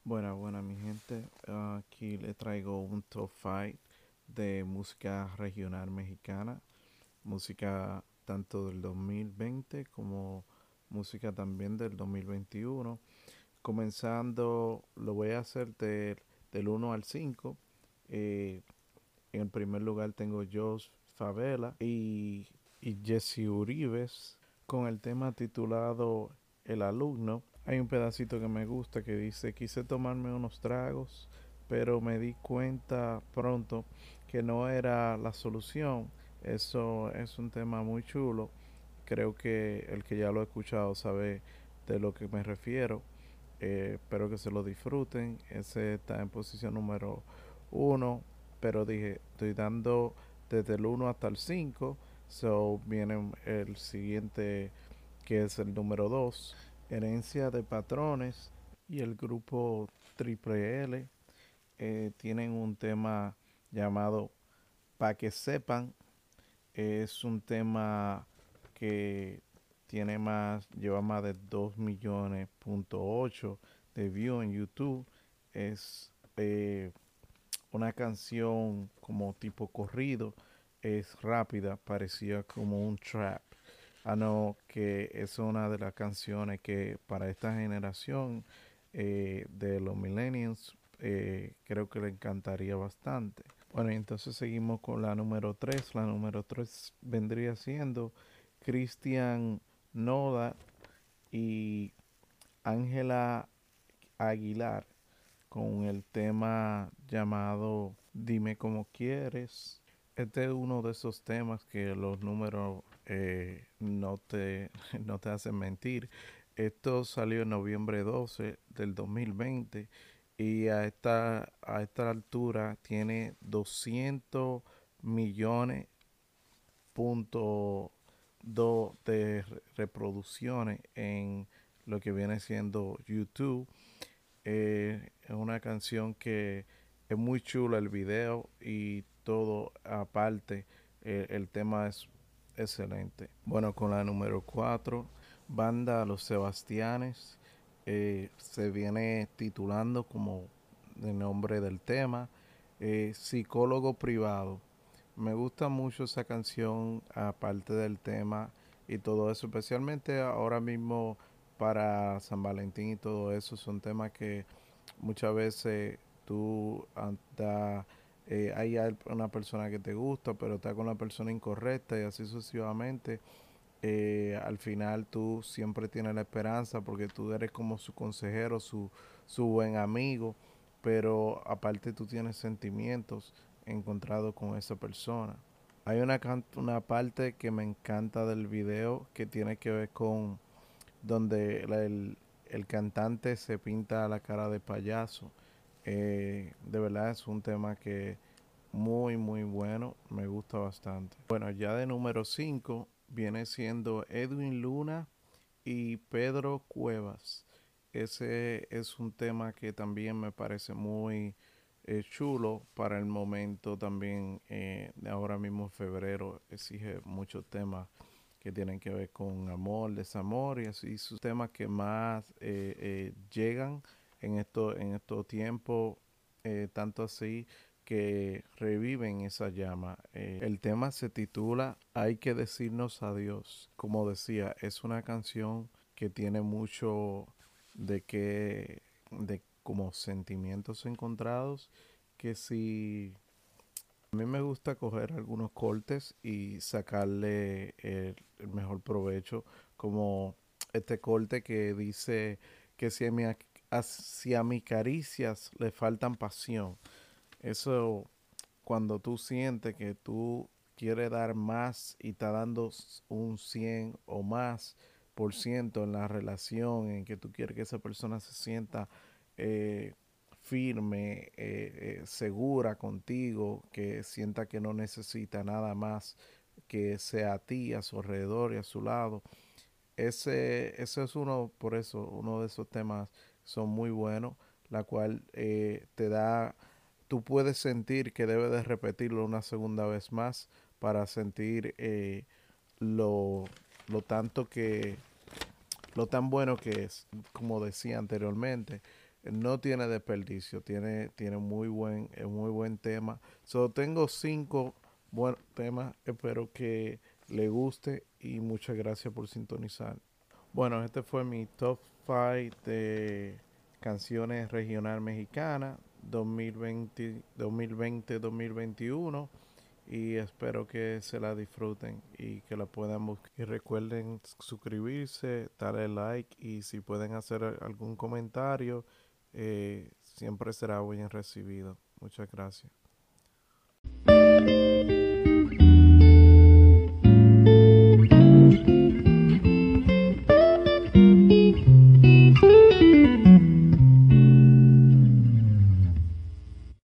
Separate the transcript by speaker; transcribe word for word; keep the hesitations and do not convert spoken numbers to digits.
Speaker 1: Buena, buena, mi gente. Ah, aquí le traigo un top cinco de música regional mexicana, música tanto del dos mil veinte como música también del dos mil veintiuno. Comenzando, lo voy a hacer del, del uno al cinco. Eh, en el primer lugar tengo Jos Favela y, y Jesse Uribes con el tema titulado El alumno. Hay un pedacito que me gusta que dice, quise tomarme unos tragos, pero me di cuenta pronto que no era la solución. Eso es un tema muy chulo. Creo que el que ya lo ha escuchado sabe de lo que me refiero. Eh, espero que se lo disfruten. Ese está en posición número uno. Pero dije, estoy dando desde el uno hasta el cinco. So viene el siguiente que es el número dos. Herencia de patrones y el grupo Triple L eh, tienen un tema llamado Pa' que sepan. Es un tema que tiene más, lleva más de dos millones punto ocho de views en YouTube. Es eh, una canción como tipo corrido, es rápida, parecía como un trap. Ah, no, que es una de las canciones que para esta generación eh, de los millennials eh, creo que le encantaría bastante. Bueno, y entonces seguimos con la número tres. La número tres vendría siendo Cristian Noda y Ángela Aguilar con el tema llamado Dime cómo quieres. Este es uno de esos temas que los números eh, no, te, no te hacen mentir. Esto salió en noviembre doce del dos mil veinte y a esta, a esta altura tiene doscientos millones punto dos de reproducciones en lo que viene siendo YouTube. Eh, es una canción que es muy chula el video y todo aparte. Eh, el tema es excelente. Bueno, con la número cuatro, banda Los Sebastianes. Eh, se viene titulando como el nombre del tema, eh, Psicólogo Privado. Me gusta mucho esa canción, aparte del tema y todo eso, especialmente ahora mismo para San Valentín y todo eso. Son temas que muchas veces tú andas, eh, hay una persona que te gusta, pero está con la persona incorrecta y así sucesivamente. Eh, al final tú siempre tienes la esperanza porque tú eres como su consejero, su, su buen amigo, pero aparte tú tienes sentimientos encontrados con esa persona. Hay una, una parte que me encanta del video que tiene que ver con donde la- el, el cantante se pinta la cara de payaso. Eh, de verdad es un tema que muy muy bueno, me gusta bastante. Bueno, ya de número cinco viene siendo Edwin Luna y Pedro Cuevas. Ese es un tema que también me parece muy eh, chulo para el momento también. Eh, de ahora mismo febrero exige muchos temas que tienen que ver con amor, desamor y así sus temas que más eh, eh, llegan en, esto, en estos tiempos, eh, tanto así que reviven esa llama. Eh, el tema se titula Hay que decirnos adiós. Como decía, es una canción que tiene mucho de que, de como sentimientos encontrados, que si a mí me gusta coger algunos cortes y sacarle el, el mejor provecho, como este corte que dice que si a mi, si a mis caricias le faltan pasión. Eso cuando tú sientes que tú quieres dar más y está dando un cien o más por ciento en la relación, en que tú quieres que esa persona se sienta eh, firme, eh, eh, segura contigo, que sienta que no necesita nada más que sea a ti, a su alrededor y a su lado. Ese, ese es uno, por eso, uno de esos temas son muy buenos, la cual eh, te da, tú puedes sentir que debes de repetirlo una segunda vez más para sentir eh, lo, lo tanto que, lo tan bueno que es, como decía anteriormente. no tiene desperdicio, tiene, tiene muy buen, eh, muy buen tema. So, tengo cinco buenos temas, espero que le guste y muchas gracias por sintonizar. Bueno, este fue mi top cinco de canciones regional mexicanas dos mil veinte, dos mil veinte, dos mil veintiuno y espero que se la disfruten y que la puedan buscar. Y recuerden suscribirse, darle like y si pueden hacer algún comentario, eh, siempre será bien recibido. Muchas gracias.